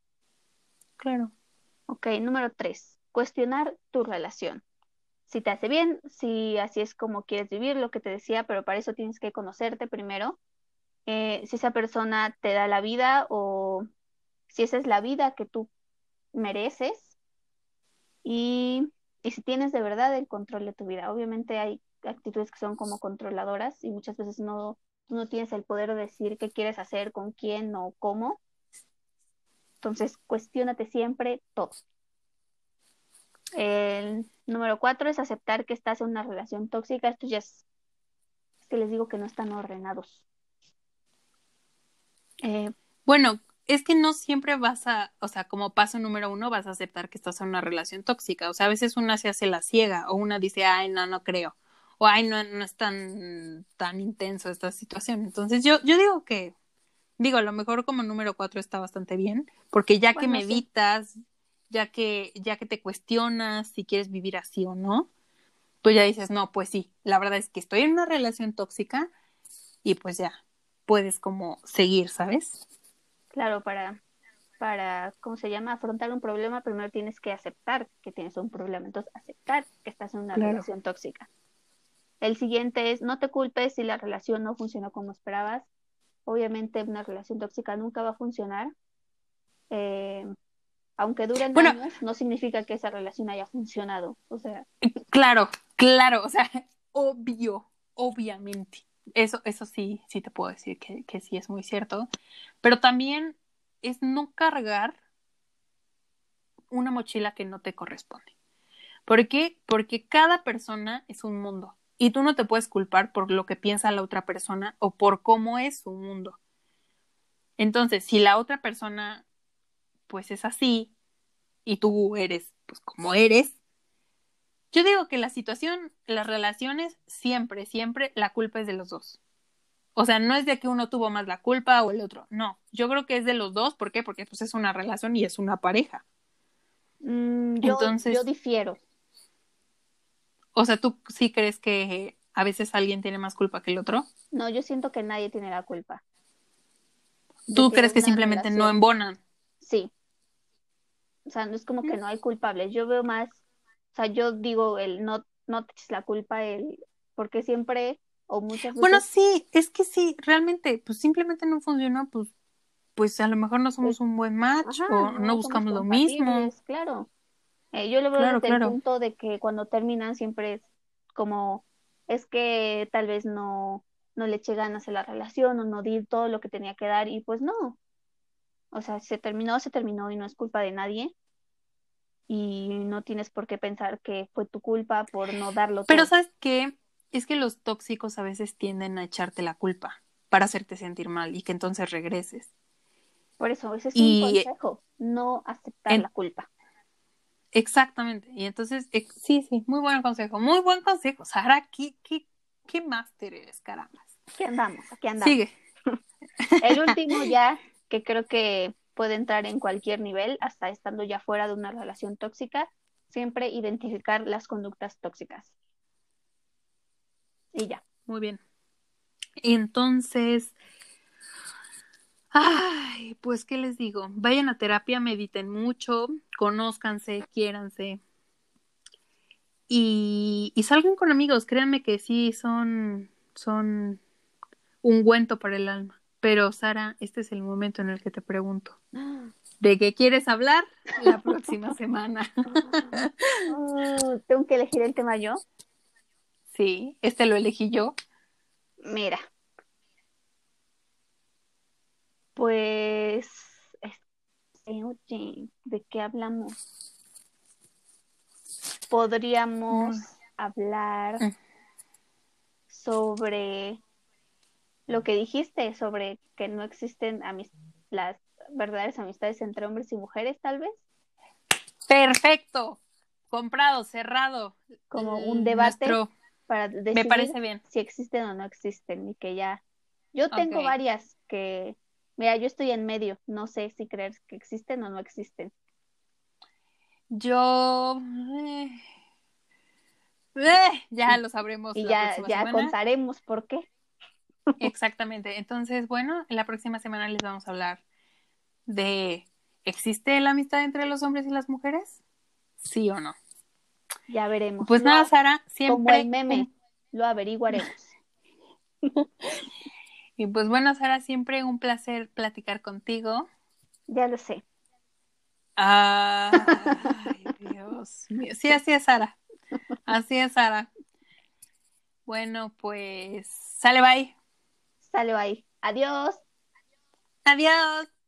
Claro. Ok, número tres, cuestionar tu relación. Si te hace bien, si así es como quieres vivir, lo que te decía, pero para eso tienes que conocerte primero. Eh, si esa persona te da la vida o si esa es la vida que tú mereces y, y si tienes de verdad el control de tu vida. Obviamente hay actitudes que son como controladoras y muchas veces no, tú no tienes el poder de decir qué quieres hacer, con quién o cómo. Entonces, cuestiónate siempre todo. El número cuatro es aceptar que estás en una relación tóxica. Esto ya es, es que les digo que no están ordenados. Eh, Bueno, es que no siempre vas a, o sea, como paso número uno, vas a aceptar que estás en una relación tóxica. O sea, a veces una se hace la ciega o una dice, ay, no, no creo. O ay, no, no es tan, tan intenso esta situación. Entonces yo, yo digo que, digo, a lo mejor como número cuatro está bastante bien, porque ya que bueno, sí, meditas, ya que, ya que te cuestionas si quieres vivir así o no, pues ya dices, no, pues sí, la verdad es que estoy en una relación tóxica y pues ya puedes como seguir, ¿sabes? claro, para, para, ¿cómo se llama? Afrontar un problema, primero tienes que aceptar que tienes un problema. Entonces, aceptar que estás en una Claro. relación tóxica. El siguiente es, no te culpes si la relación no funcionó como esperabas. Obviamente una relación tóxica nunca va a funcionar. Eh, Aunque duren Bueno, años, no significa que esa relación haya funcionado. O sea, claro, claro, o sea, obvio, obviamente. Eso, eso sí, sí te puedo decir que, que sí es muy cierto. Pero también es no cargar una mochila que no te corresponde. ¿Por qué? Porque cada persona es un mundo y tú no te puedes culpar por lo que piensa la otra persona o por cómo es su mundo. Entonces, si la otra persona pues es así y tú eres pues como eres, yo digo que la situación, las relaciones, siempre, siempre la culpa es de los dos. O sea, no es de que uno tuvo más la culpa o el otro, no. Yo creo que es de los dos, ¿por qué? Porque pues es una relación y es una pareja. mm, yo, yo Entonces, difiero. o sea, ¿tú sí crees que a veces alguien tiene más culpa que el otro? No, yo siento que nadie tiene la culpa. de ¿Tú que crees que una simplemente no relación, embonan? sí, o sea, no es como que no hay culpables, yo veo más, o sea, yo digo el no, no te eches la culpa, el, porque siempre o muchas Bueno, veces, sí, es que sí, realmente, pues simplemente no funcionó, pues, pues a lo mejor no pues, somos un buen match ajá, o no no somos buscamos lo mismo. compatibles, claro. Eh, yo lo veo Claro, desde el claro. punto de que cuando terminan siempre es como, es que tal vez no, no le eché ganas a la relación o no di todo lo que tenía que dar y pues no, o sea, se terminó, se terminó y no es culpa de nadie y no tienes por qué pensar que fue tu culpa por no darlo Pero todo. ¿sabes qué? Es que los tóxicos a veces tienden a echarte la culpa para hacerte sentir mal y que entonces regreses. Por eso, ese es un Y consejo, no aceptar la en- culpa. exactamente. Y entonces, eh, sí, sí, muy buen consejo, muy buen consejo. Sara, ¿qué, qué, qué máster eres, caramba? Aquí andamos, aquí andamos. Sigue. El último ya, que creo que puede entrar en cualquier nivel, hasta estando ya fuera de una relación tóxica, siempre identificar las conductas tóxicas. Y ya. Muy bien. Entonces, ay, pues, ¿qué les digo? Vayan a terapia, mediten mucho, conózcanse, quiéranse y, y salgan con amigos. Créanme que sí son, son ungüento para el alma. Pero, Sara, este es el momento en el que te pregunto, ¿de qué quieres hablar la próxima semana? Uh, tengo que elegir el tema yo. Sí, este lo elegí yo. Mira, pues, este, oye, ¿de qué hablamos? No. Podríamos hablar sobre lo que dijiste, sobre que no existen amis- las verdaderas amistades entre hombres y mujeres, tal vez, Perfecto. Comprado, cerrado. como un L- debate nuestro, para me decidir parece bien. si existen o no existen y que ya, yo tengo Ok. varias que, mira, yo estoy en medio, no sé si creer que existen o no existen. Yo... eh, eh, ya Y, lo sabremos y la ya, próxima ya semana. contaremos por qué. Exactamente. Entonces, bueno, la próxima semana les vamos a hablar de ¿existe la amistad entre los hombres y las mujeres? ¿Sí o no? Ya veremos. Pues Lo, nada, Sara, como el siempre meme, un... lo averiguaremos. Y pues bueno, Sara, siempre un placer platicar contigo. Ya lo sé. Ay, Dios mío. Sí, así es, Sara. Así es, Sara. Bueno, pues sale, bye. Sale ahí. Adiós. Adiós.